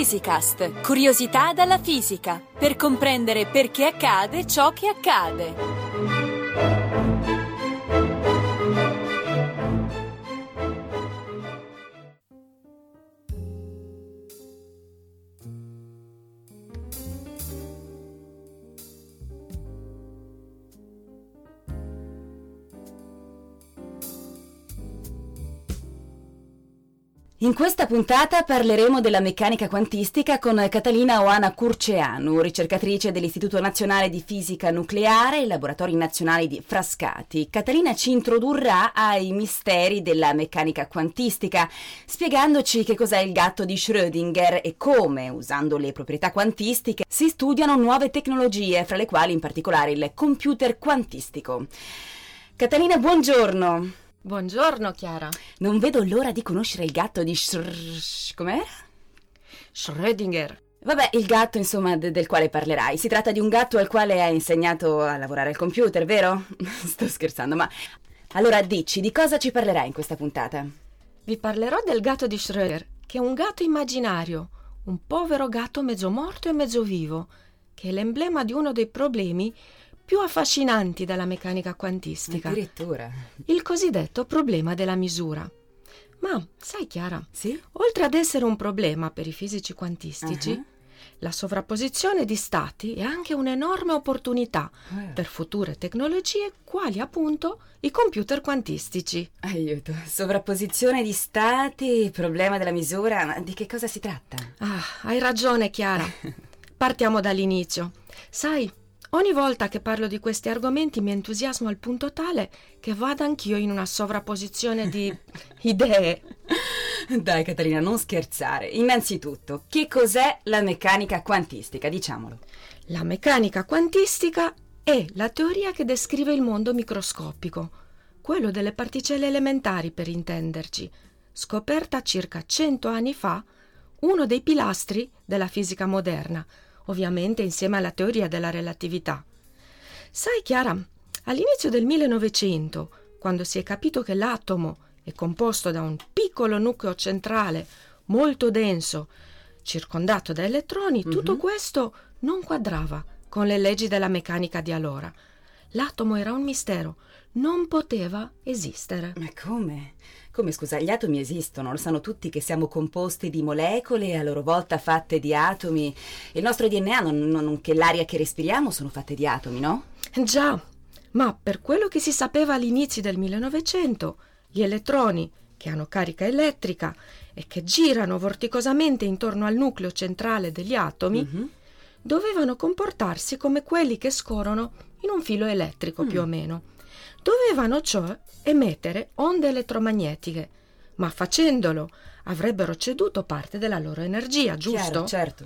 Fisicast, curiosità dalla fisica, per comprendere perché accade ciò che accade. In questa puntata parleremo della meccanica quantistica con Catalina Oana Curceanu, ricercatrice dell'Istituto Nazionale di Fisica Nucleare e Laboratori Nazionali di Frascati. Catalina ci introdurrà ai misteri della meccanica quantistica, spiegandoci che cos'è il gatto di Schrödinger e come, usando le proprietà quantistiche, si studiano nuove tecnologie, fra le quali in particolare il computer quantistico. Catalina, buongiorno! Buongiorno Chiara. Non vedo l'ora di conoscere il gatto di com'era? Schrödinger. Vabbè, il gatto insomma del quale parlerai. Si tratta di un gatto al quale hai insegnato a lavorare al computer, vero? Sto scherzando, ma allora dici, di cosa ci parlerai in questa puntata? Vi parlerò del gatto di Schrödinger, che è un gatto immaginario, un povero gatto mezzo morto e mezzo vivo, che è l'emblema di uno dei problemi più affascinanti della meccanica quantistica. Addirittura. Il cosiddetto problema della misura. Ma, sai Chiara, sì? Oltre ad essere un problema per i fisici quantistici, la sovrapposizione di stati è anche un'enorme opportunità per future tecnologie, quali appunto i computer quantistici. Aiuto, sovrapposizione di stati, problema della misura, ma di che cosa si tratta? Ah, hai ragione Chiara. Partiamo dall'inizio. Sai, ogni volta che parlo di questi argomenti mi entusiasmo al punto tale che vado anch'io in una sovrapposizione di idee. Dai Catalina, non scherzare. Innanzitutto, che cos'è la meccanica quantistica? Diciamolo. La meccanica quantistica è la teoria che descrive il mondo microscopico, quello delle particelle elementari per intenderci, scoperta circa 100 anni fa, uno dei pilastri della fisica moderna, ovviamente insieme alla teoria della relatività. Sai Chiara, all'inizio del 1900, quando si è capito che l'atomo è composto da un piccolo nucleo centrale molto denso, circondato da elettroni, tutto questo non quadrava con le leggi della meccanica di allora. L'atomo era un mistero, non poteva esistere. Ma come? Come, scusa, gli atomi esistono, lo sanno tutti che siamo composti di molecole a loro volta fatte di atomi. Il nostro DNA, nonché l'aria che respiriamo, sono fatte di atomi, no? Già, ma per quello che si sapeva all'inizio del 1900, gli elettroni, che hanno carica elettrica e che girano vorticosamente intorno al nucleo centrale degli atomi, dovevano comportarsi come quelli che scorrono in un filo elettrico più o meno. Dovevano cioè emettere onde elettromagnetiche, ma facendolo avrebbero ceduto parte della loro energia, giusto? Chiaro, certo.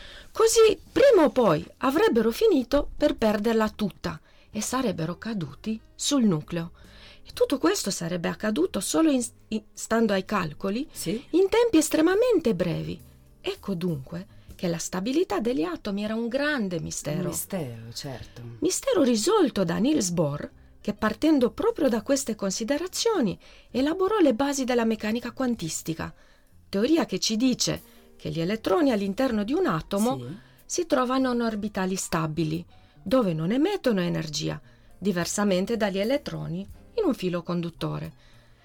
Così prima o poi avrebbero finito per perderla tutta e sarebbero caduti sul nucleo. E tutto questo sarebbe accaduto solo stando ai calcoli, sì? In tempi estremamente brevi. Ecco dunque che la stabilità degli atomi era un grande mistero. Un mistero, certo. Mistero risolto da Niels Bohr, che partendo proprio da queste considerazioni elaborò le basi della meccanica quantistica, teoria che ci dice che gli elettroni all'interno di un atomo si trovano in orbitali stabili, dove non emettono energia, diversamente dagli elettroni in un filo conduttore.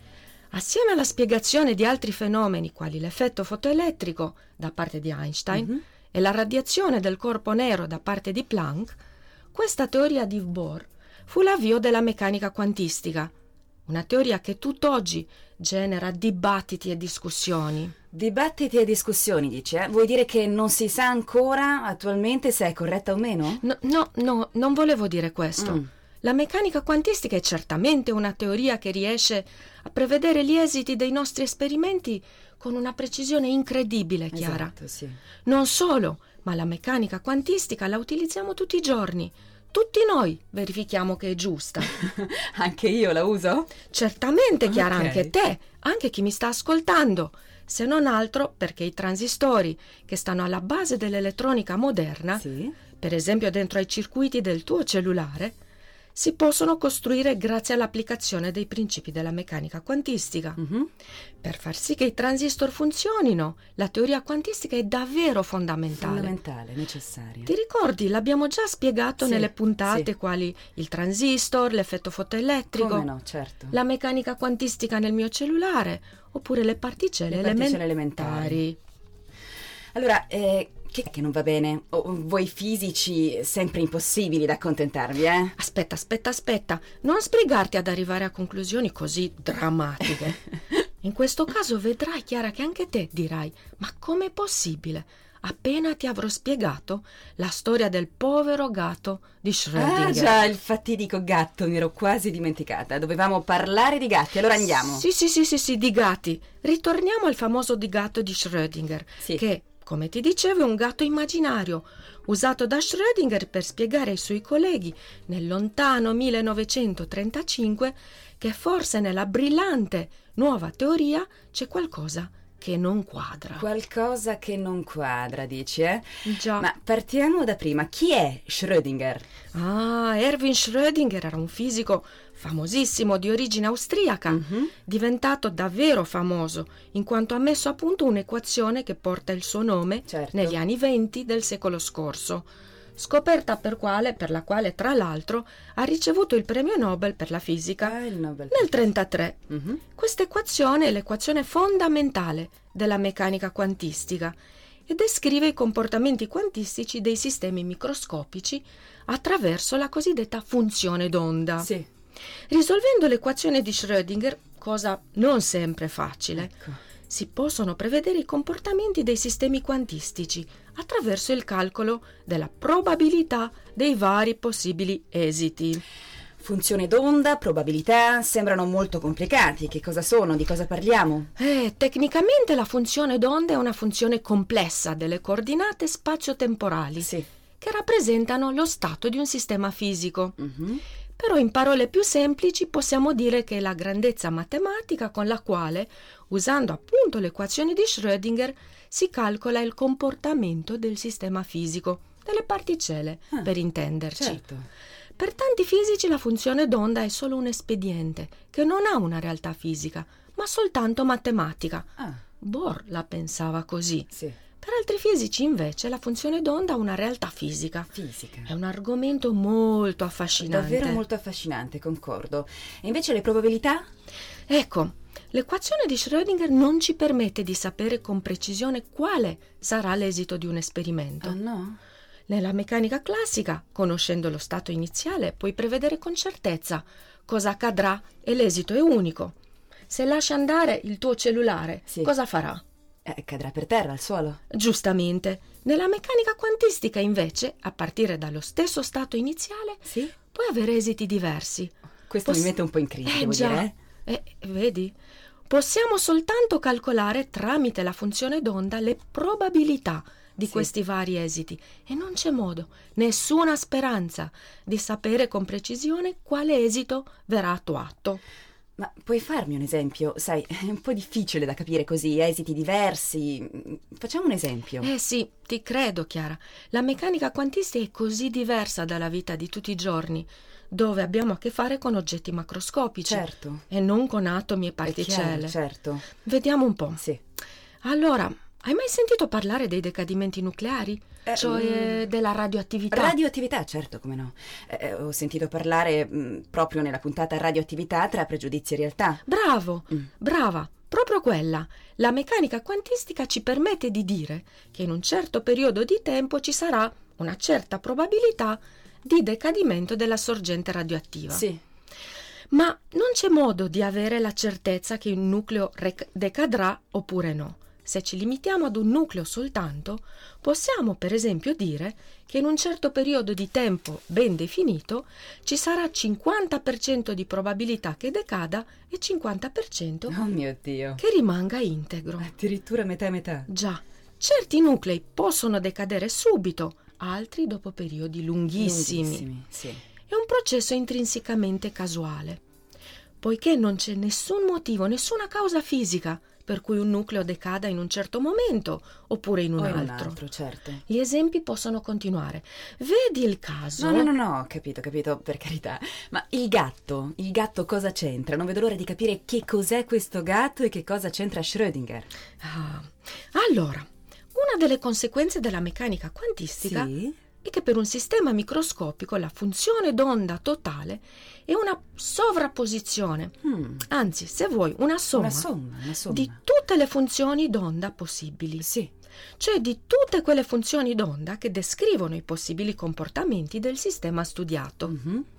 Assieme alla spiegazione di altri fenomeni quali l'effetto fotoelettrico da parte di Einstein e la radiazione del corpo nero da parte di Planck, questa teoria di Bohr fu l'avvio della meccanica quantistica, una teoria che tutt'oggi genera dibattiti e discussioni. Dibattiti e discussioni, dice? Vuoi dire che non si sa ancora attualmente se è corretta o meno? No, non volevo dire questo. La meccanica quantistica è certamente una teoria che riesce a prevedere gli esiti dei nostri esperimenti con una precisione incredibile, Chiara. Esatto, sì. Non solo, ma la meccanica quantistica la utilizziamo tutti i giorni. Tutti noi verifichiamo che è giusta. Anche io la uso? Certamente, Chiara, anche te, anche chi mi sta ascoltando. Se non altro perché i transistori che stanno alla base dell'elettronica moderna, per esempio dentro ai circuiti del tuo cellulare, si possono costruire grazie all'applicazione dei principi della meccanica quantistica. Per far sì che i transistor funzionino, la teoria quantistica è davvero fondamentale. Fondamentale, necessaria. Ti ricordi? L'abbiamo già spiegato Sì, nelle puntate sì. quali il transistor, l'effetto fotoelettrico, Come no, certo. la meccanica quantistica nel mio cellulare, oppure le particelle, Le particelle elementari. Allora, che non va bene? Voi fisici sempre impossibili da accontentarvi, eh? Aspetta, non sbrigarti ad arrivare a conclusioni così drammatiche. In questo caso vedrai, Chiara, che anche te dirai: ma com'è possibile? Appena ti avrò spiegato la storia del povero gatto di Schrödinger. Ah già, il fatidico gatto, mi ero quasi dimenticata. Dovevamo parlare di gatti, allora andiamo. Sì, di gatti. Ritorniamo al famoso gatto di Schrödinger, Sì. che, come ti dicevo, è un gatto immaginario, usato da Schrödinger per spiegare ai suoi colleghi nel lontano 1935 che forse nella brillante nuova teoria c'è qualcosa che non quadra. Qualcosa che non quadra, dici, eh? Già. Ma partiamo da prima. Chi è Schrödinger? Erwin Schrödinger era un fisico famosissimo di origine austriaca, diventato davvero famoso in quanto ha messo a punto un'equazione che porta il suo nome Certo. negli anni 20 del secolo scorso, scoperta per la quale tra l'altro ha ricevuto il premio Nobel per la fisica Il Nobel. nel 1933. Mhm. Questa equazione è l'equazione fondamentale della meccanica quantistica e descrive i comportamenti quantistici dei sistemi microscopici attraverso la cosiddetta funzione d'onda. Sì, Risolvendo l'equazione di Schrödinger, cosa non sempre facile, ecco. si possono prevedere i comportamenti dei sistemi quantistici attraverso il calcolo della probabilità dei vari possibili esiti. Funzione d'onda, probabilità, sembrano molto complicati. Che cosa sono? Di cosa parliamo? Tecnicamente la funzione d'onda è una funzione complessa delle coordinate spazio-temporali Sì. che rappresentano lo stato di un sistema fisico. Mhm. Però in parole più semplici possiamo dire che è la grandezza matematica con la quale, usando appunto l'equazione di Schrödinger, si calcola il comportamento del sistema fisico, delle particelle, per intenderci. Certo. Per tanti fisici la funzione d'onda è solo un espediente che non ha una realtà fisica, ma soltanto matematica. Ah, Bohr la pensava così. sì. Per altri fisici invece la funzione d'onda ha una realtà fisica. Fisica. È un argomento molto affascinante. Davvero molto affascinante, concordo. E invece le probabilità? Ecco, l'equazione di Schrödinger non ci permette di sapere con precisione quale sarà l'esito di un esperimento. Oh no? Nella meccanica classica, conoscendo lo stato iniziale, puoi prevedere con certezza cosa accadrà e l'esito è unico. Se lasci andare il tuo cellulare, Sì. cosa farà? Cadrà per terra al suolo. Giustamente. Nella meccanica quantistica, invece, a partire dallo stesso stato iniziale, Sì? puoi avere esiti diversi. Questo mi mette un po' in crisi, devo già. dire, Vedi? Possiamo soltanto calcolare tramite la funzione d'onda le probabilità di Sì. questi vari esiti e non c'è modo, nessuna speranza di sapere con precisione quale esito verrà attuato. Ma puoi farmi un esempio? Sai, è un po' difficile da capire così, esiti diversi. Facciamo un esempio. Sì, ti credo, Chiara. La meccanica quantistica è così diversa dalla vita di tutti i giorni, dove abbiamo a che fare con oggetti macroscopici Certo. e non con atomi e È chiaro, particelle. certo. Vediamo un po'. Sì. Allora, hai mai sentito parlare dei decadimenti nucleari? Cioè della radioattività? Radioattività, certo, come no. Ho sentito parlare proprio nella puntata Radioattività tra pregiudizi e realtà. Bravo, brava, proprio quella. La meccanica quantistica ci permette di dire che in un certo periodo di tempo ci sarà una certa probabilità di decadimento della sorgente radioattiva. Sì. Ma non c'è modo di avere la certezza che un nucleo decadrà oppure no. Se ci limitiamo ad un nucleo soltanto, possiamo per esempio dire che in un certo periodo di tempo ben definito ci sarà 50% di probabilità che decada e 50% Oh mio Dio. che rimanga integro. Addirittura metà e metà. Già, certi nuclei possono decadere subito, altri dopo periodi lunghissimi. Sì. È un processo intrinsecamente casuale, poiché non c'è nessun motivo, nessuna causa fisica per cui un nucleo decada in un certo momento oppure in un altro. Certo. Gli esempi possono continuare. Vedi il caso? No, capito, per carità. Ma il gatto cosa c'entra? Non vedo l'ora di capire che cos'è questo gatto e che cosa c'entra Schrödinger. Allora, una delle conseguenze della meccanica quantistica è che per un sistema microscopico la funzione d'onda totale è una sovrapposizione, anzi, se vuoi, una somma di tutte le funzioni d'onda possibili. Sì. Cioè di tutte quelle funzioni d'onda che descrivono i possibili comportamenti del sistema studiato.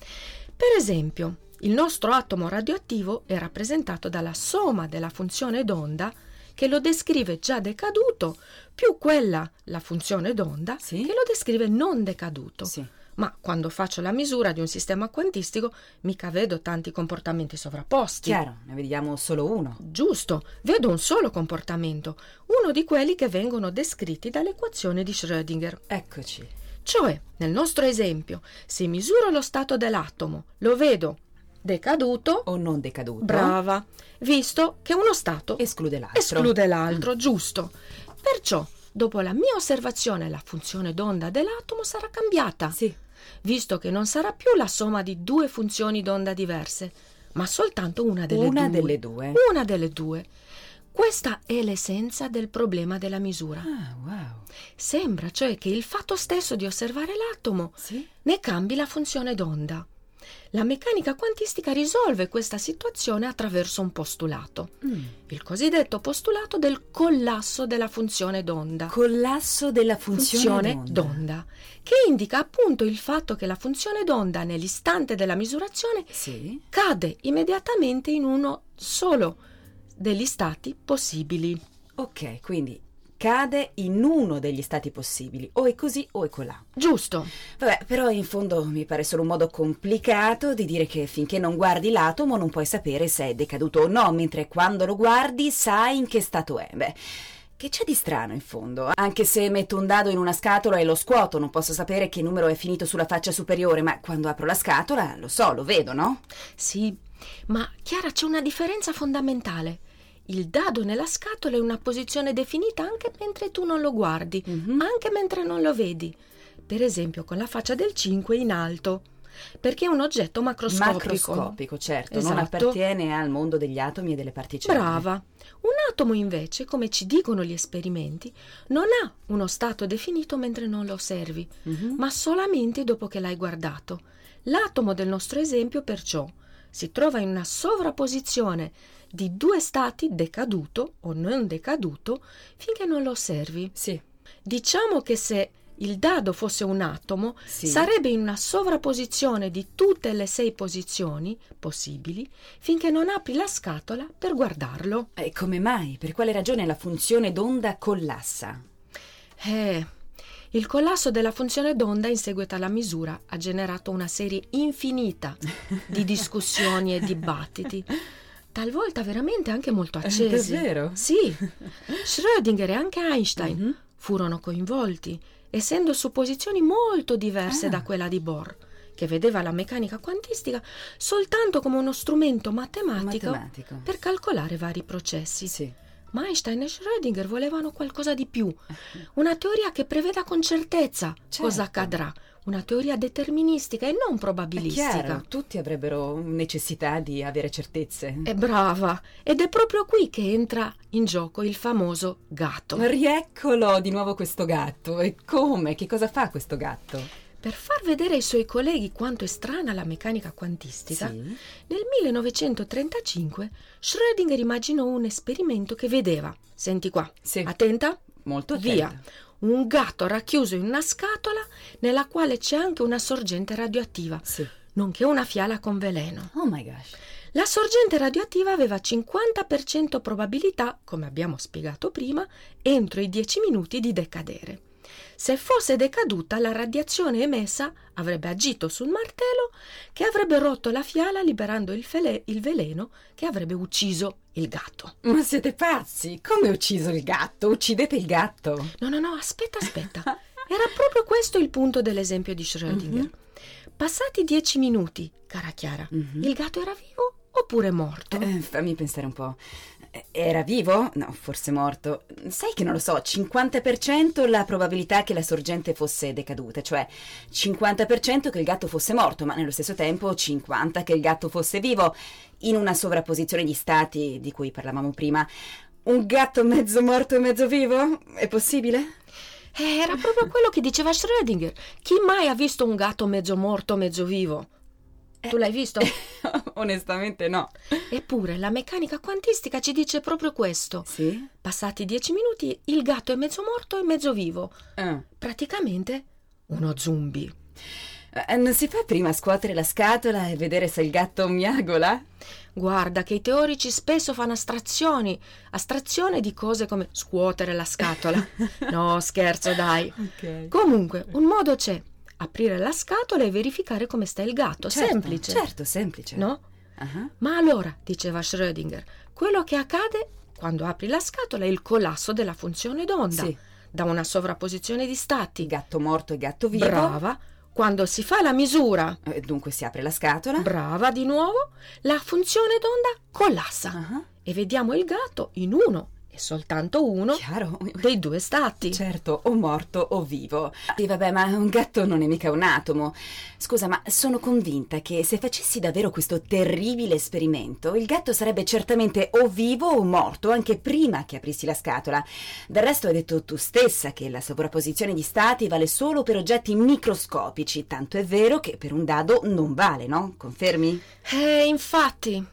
Per esempio, il nostro atomo radioattivo è rappresentato dalla somma della funzione d'onda che lo descrive già decaduto, più quella, la funzione d'onda, che lo descrive non decaduto. Sì. Ma quando faccio la misura di un sistema quantistico, mica vedo tanti comportamenti sovrapposti. Chiaro, ne vediamo solo uno. Giusto, vedo un solo comportamento, uno di quelli che vengono descritti dall'equazione di Schrödinger. Eccoci. Cioè, nel nostro esempio, se misuro lo stato dell'atomo, lo vedo decaduto o non decaduto. Brava, visto che uno stato esclude l'altro, giusto. Perciò, dopo la mia osservazione, la funzione d'onda dell'atomo sarà cambiata. Sì. Visto che non sarà più la somma di due funzioni d'onda diverse, ma soltanto una delle due. Una delle due. Questa è l'essenza del problema della misura. Wow. Sembra cioè che il fatto stesso di osservare l'atomo ne cambi la funzione d'onda. La meccanica quantistica risolve questa situazione attraverso un postulato, il cosiddetto postulato del collasso della funzione d'onda. Collasso della funzione d'onda, che indica appunto il fatto che la funzione d'onda nell'istante della misurazione cade immediatamente in uno solo degli stati possibili. Ok, quindi cade in uno degli stati possibili, o è così o è colà. Giusto. Vabbè, però in fondo mi pare solo un modo complicato di dire che finché non guardi l'atomo non puoi sapere se è decaduto o no, mentre quando lo guardi sai in che stato è. Beh, che c'è di strano in fondo? Anche se metto un dado in una scatola e lo scuoto, non posso sapere che numero è finito sulla faccia superiore, ma quando apro la scatola lo so, lo vedo, no? Sì, ma Chiara, c'è una differenza fondamentale. Il dado nella scatola è una posizione definita anche mentre tu non lo guardi, anche mentre non lo vedi. Per esempio con la faccia del 5 in alto, perché è un oggetto macroscopico. Macroscopico, certo, Esatto. Non appartiene al mondo degli atomi e delle particelle. Brava. Un atomo invece, come ci dicono gli esperimenti, non ha uno stato definito mentre non lo osservi, ma solamente dopo che l'hai guardato. L'atomo del nostro esempio, perciò, si trova in una sovrapposizione di due stati, decaduto o non decaduto, finché non lo osservi. Sì. Diciamo che se il dado fosse un atomo, sarebbe in una sovrapposizione di tutte le 6 posizioni possibili finché non apri la scatola per guardarlo. E come mai? Per quale ragione la funzione d'onda collassa? Il collasso della funzione d'onda in seguito alla misura ha generato una serie infinita di discussioni e dibattiti, talvolta veramente anche molto accesi. Davvero? Sì. Schrödinger e anche Einstein furono coinvolti, essendo su posizioni molto diverse da quella di Bohr, che vedeva la meccanica quantistica soltanto come uno strumento matematico. Per calcolare vari processi. Sì. Ma Einstein e Schrödinger volevano qualcosa di più, una teoria che preveda con certezza cosa accadrà, una teoria deterministica e non probabilistica. È chiaro, tutti avrebbero necessità di avere certezze. È brava, ed è proprio qui che entra in gioco il famoso gatto. Rieccolo di nuovo questo gatto. E come? Che cosa fa questo gatto? Per far vedere ai suoi colleghi quanto è strana la meccanica quantistica, nel 1935 Schrödinger immaginò un esperimento che vedeva, senti qua, attenta? Molto attenta. Via, un gatto racchiuso in una scatola nella quale c'è anche una sorgente radioattiva, nonché una fiala con veleno. Oh my gosh. La sorgente radioattiva aveva 50% probabilità, come abbiamo spiegato prima, entro i 10 minuti di decadere. Se fosse decaduta, la radiazione emessa avrebbe agito sul martello che avrebbe rotto la fiala liberando il veleno che avrebbe ucciso il gatto. Ma siete pazzi? Come ucciso il gatto? Uccidete il gatto? No, aspetta. Era proprio questo il punto dell'esempio di Schrödinger. Passati 10 minuti, cara Chiara, il gatto era vivo oppure morto? Fammi pensare un po'. Era vivo? No, forse morto. Sai che non lo so, 50% la probabilità che la sorgente fosse decaduta, cioè 50% che il gatto fosse morto, ma nello stesso tempo 50% che il gatto fosse vivo, in una sovrapposizione di stati di cui parlavamo prima. Un gatto mezzo morto e mezzo vivo? È possibile? Era proprio quello che diceva Schrödinger. Chi mai ha visto un gatto mezzo morto, mezzo vivo? Tu l'hai visto? Onestamente no. Eppure la meccanica quantistica ci dice proprio questo. Sì? Passati 10 minuti il gatto è mezzo morto e mezzo vivo. Praticamente uno zombie. Non si fa prima scuotere la scatola e vedere se il gatto miagola? Guarda che i teorici spesso fanno astrazione di cose come scuotere la scatola. No, scherzo, dai. Okay. Comunque, un modo c'è. Aprire la scatola e verificare come sta il gatto. Certo, semplice. Certo, semplice. No? Uh-huh. Ma allora, diceva Schrödinger, quello che accade quando apri la scatola è il collasso della funzione d'onda. Sì. Da una sovrapposizione di stati. Gatto morto e gatto vivo. Brava. Quando si fa la misura. Dunque si apre la scatola. Brava, di nuovo. La funzione d'onda collassa. Uh-huh. E vediamo il gatto in uno e soltanto uno Chiaro. dei due stati. Certo, o morto o vivo. Sì, vabbè, ma un gatto non è mica un atomo. Scusa, ma sono convinta che se facessi davvero questo terribile esperimento, il gatto sarebbe certamente o vivo o morto anche prima che aprissi la scatola. Del resto hai detto tu stessa che la sovrapposizione di stati vale solo per oggetti microscopici, tanto è vero che per un dado non vale, no? Confermi? Infatti...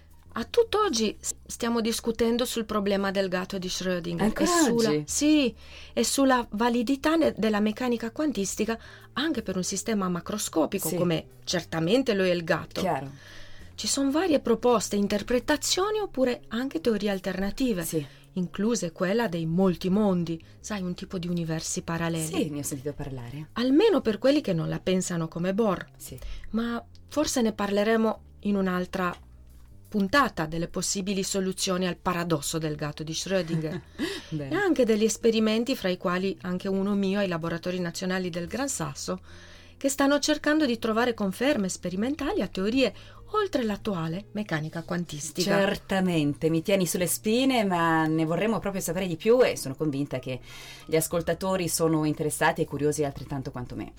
A tutt'oggi stiamo discutendo sul problema del gatto di Schrödinger. Ancora oggi? Sì, e sulla validità della meccanica quantistica anche per un sistema macroscopico, sì, come certamente lo è il gatto. Chiaro. Ci sono varie proposte, interpretazioni oppure anche teorie alternative, Sì. incluse quella dei molti mondi, sai, un tipo di universi paralleli. Sì, ne ho sentito parlare. Almeno per quelli che non la pensano come Bohr. Sì. Ma forse ne parleremo in un'altra puntata delle possibili soluzioni al paradosso del gatto di Schrödinger e anche degli esperimenti, fra i quali anche uno mio ai laboratori nazionali del Gran Sasso, che stanno cercando di trovare conferme sperimentali a teorie oltre l'attuale meccanica quantistica. Certamente, mi tieni sulle spine, ma ne vorremmo proprio sapere di più e sono convinta che gli ascoltatori sono interessati e curiosi altrettanto quanto me.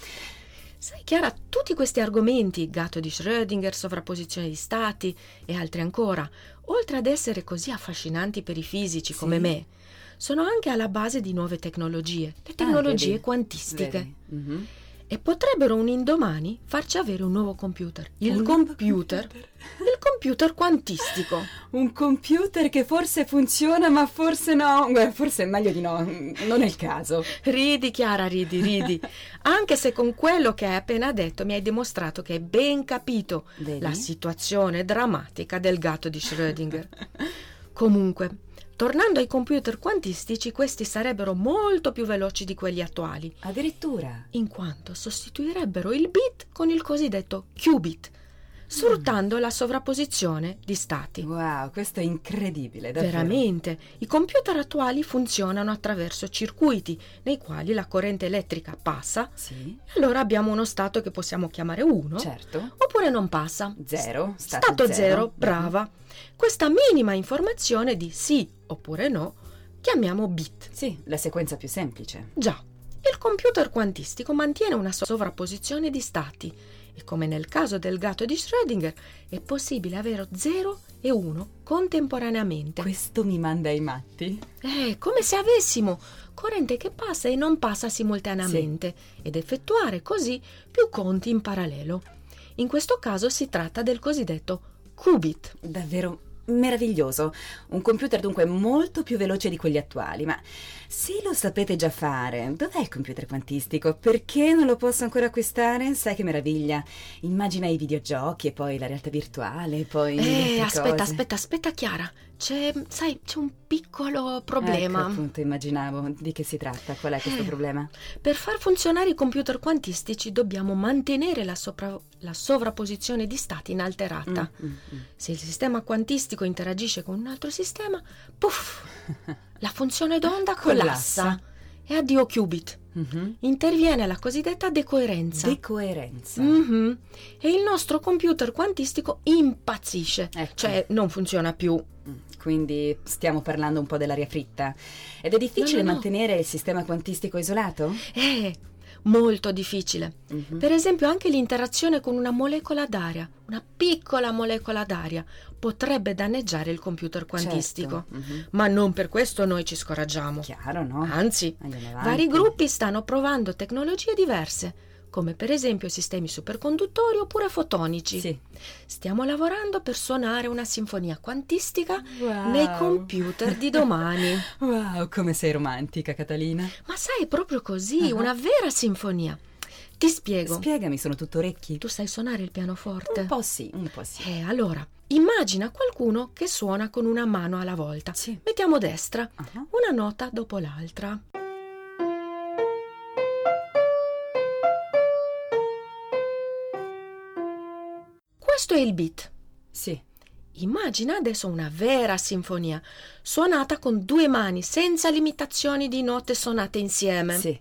Sai Chiara, tutti questi argomenti, gatto di Schrödinger, sovrapposizione di stati e altri ancora, oltre ad essere così affascinanti per i fisici come me, sono anche alla base di nuove tecnologie, le tecnologie quantistiche. Mm-hmm. E potrebbero un indomani farci avere un nuovo computer. Il computer quantistico. Un computer che forse funziona, ma forse no. Beh, forse è meglio di no, non è il caso. Ridi Chiara, ridi. Anche se con quello che hai appena detto mi hai dimostrato che hai ben capito la situazione drammatica del gatto di Schrödinger. Comunque, tornando ai computer quantistici, questi sarebbero molto più veloci di quelli attuali. Addirittura? In quanto sostituirebbero il bit con il cosiddetto qubit, sfruttando la sovrapposizione di stati. Wow, questo è incredibile, davvero. Veramente. I computer attuali funzionano attraverso circuiti nei quali la corrente elettrica passa. Sì. E allora abbiamo uno stato che possiamo chiamare 1. Certo. Oppure non passa. 0. Stato 0, brava. Questa minima informazione di sì oppure no chiamiamo bit. Sì, la sequenza più semplice. Già. Il computer quantistico mantiene una sovrapposizione di stati e, come nel caso del gatto di Schrödinger, è possibile avere 0 e 1 contemporaneamente. Questo mi manda ai matti. Come se avessimo corrente che passa e non passa simultaneamente, ed effettuare così più conti in parallelo. In questo caso si tratta del cosiddetto qubit. Davvero meraviglioso. Un computer dunque molto più veloce di quelli attuali. Ma se lo sapete già fare, dov'è il computer quantistico? Perché non lo posso ancora acquistare? Sai che meraviglia. Immagina i videogiochi e poi la realtà virtuale e poi aspetta Chiara. C'è un piccolo problema. Ecco, appunto, immaginavo. Di che si tratta? Qual è questo problema? Per far funzionare i computer quantistici dobbiamo mantenere la sovrapposizione di stati inalterata. Se il sistema quantistico interagisce con un altro sistema, puff, la funzione d'onda collassa. E addio qubit. Interviene la cosiddetta decoerenza. E il nostro computer quantistico impazzisce. Ecco. Cioè non funziona più. Quindi stiamo parlando un po' dell'aria fritta. Ed è difficile No. mantenere il sistema quantistico isolato? Molto difficile. Per esempio, anche l'interazione con una molecola d'aria, una piccola molecola d'aria, potrebbe danneggiare il computer quantistico. Certo. Ma non per questo noi ci scoraggiamo. Chiaro, no? Anzi, Andiamo avanti. vari gruppi stanno provando tecnologie diverse, come per esempio sistemi superconduttori oppure fotonici. Sì. Stiamo lavorando per suonare una sinfonia quantistica Wow. nei computer di domani. Wow, come sei romantica, Catalina. Ma sai, proprio così, una vera sinfonia. Ti spiego. Spiegami, sono tutto orecchi. Tu sai suonare il pianoforte? Un po' sì, un po' sì. Allora, immagina qualcuno che suona con una mano alla volta. Sì. Mettiamo destra, Ah. una nota dopo l'altra. Questo è il beat. Sì. Immagina adesso una vera sinfonia, suonata con 2 mani, senza limitazioni di note suonate insieme. Sì.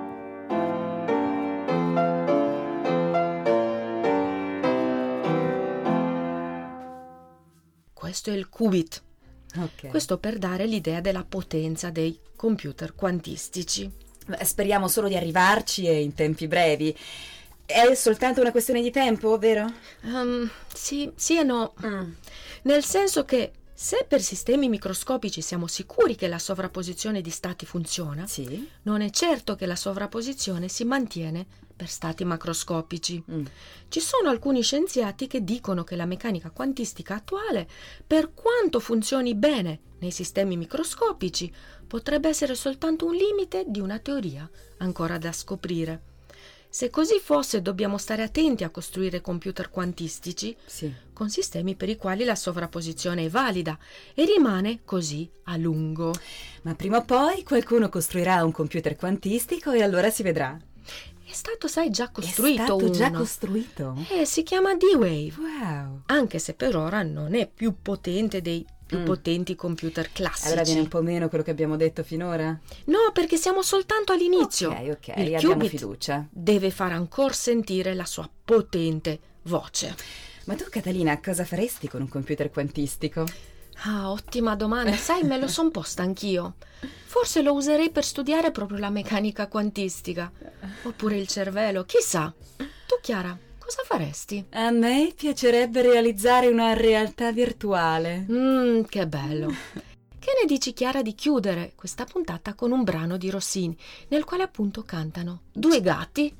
Questo è il qubit. Ok. Questo per dare l'idea della potenza dei computer quantistici. Beh, speriamo solo di arrivarci e in tempi brevi. È soltanto una questione di tempo, vero? Sì e no. Nel senso che se per sistemi microscopici siamo sicuri che la sovrapposizione di stati funziona, Sì. non è certo che la sovrapposizione si mantiene per stati macroscopici. Ci sono alcuni scienziati che dicono che la meccanica quantistica attuale, per quanto funzioni bene nei sistemi microscopici, potrebbe essere soltanto un limite di una teoria ancora da scoprire. Se così fosse, dobbiamo stare attenti a costruire computer quantistici Sì. con sistemi per i quali la sovrapposizione è valida e rimane così a lungo. Ma prima o poi qualcuno costruirà un computer quantistico e allora si vedrà. È stato, sai, già costruito È stato uno. già costruito? Si chiama D-Wave, Wow. anche se per ora non è più potente dei più potenti computer classici. Allora viene un po' meno quello che abbiamo detto finora? No, perché siamo soltanto all'inizio. Ok, Il abbiamo qubit fiducia. deve far ancora sentire la sua potente voce. Ma tu, Catalina, cosa faresti con un computer quantistico? Ottima domanda. Sai, me lo son posta anch'io. Forse lo userei per studiare proprio la meccanica quantistica. Oppure il cervello, chissà. Tu, Chiara, cosa faresti? A me piacerebbe realizzare una realtà virtuale. Che bello. Che ne dici, Chiara, di chiudere questa puntata con un brano di Rossini, nel quale appunto cantano 2 gatti?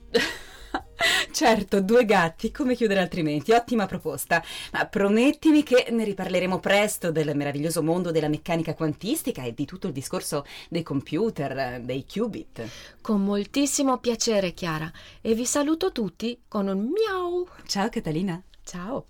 Certo, 2 gatti, come chiudere altrimenti? Ottima proposta. Ma promettimi che ne riparleremo presto del meraviglioso mondo della meccanica quantistica e di tutto il discorso dei computer, dei qubit. Con moltissimo piacere, Chiara, e vi saluto tutti con un miau. Ciao, Catalina. Ciao.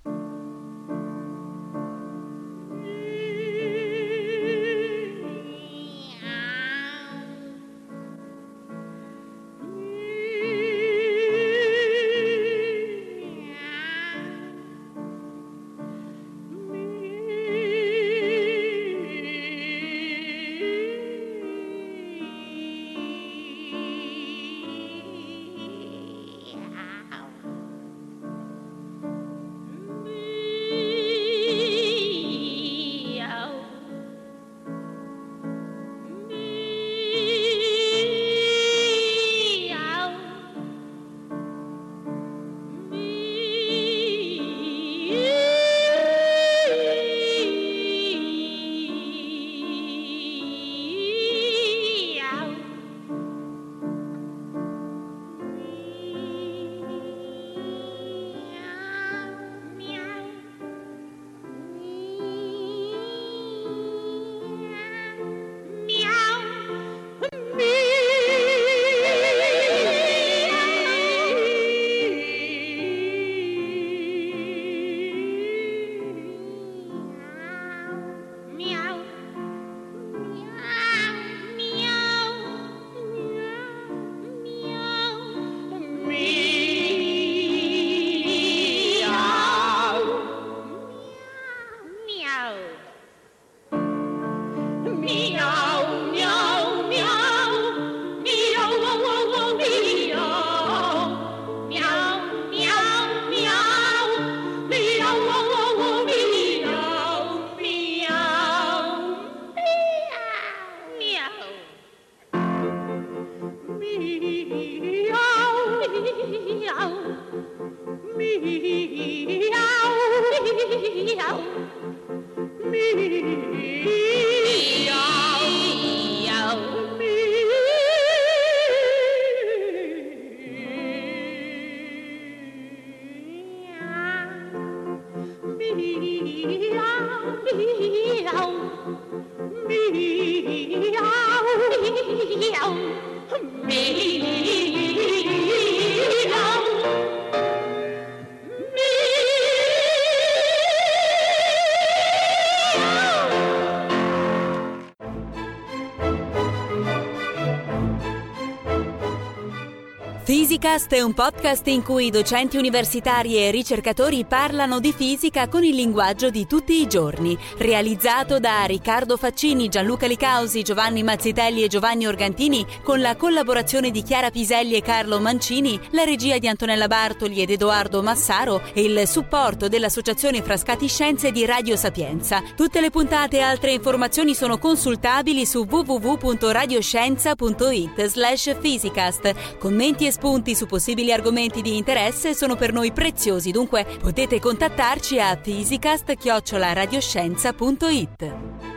Fisicast è un podcast in cui docenti universitari e ricercatori parlano di fisica con il linguaggio di tutti i giorni. Realizzato da Riccardo Faccini, Gianluca Licausi, Giovanni Mazzitelli e Giovanni Organtini, con la collaborazione di Chiara Piselli e Carlo Mancini, la regia di Antonella Bartoli ed Edoardo Massaro e il supporto dell'Associazione Frascati Scienze di Radio Sapienza. Tutte le puntate e altre informazioni sono consultabili su www.radioscienza.it/fisicast. Commenti e spunti su possibili argomenti di interesse sono per noi preziosi, dunque potete contattarci a fisicast@radioscienza.it.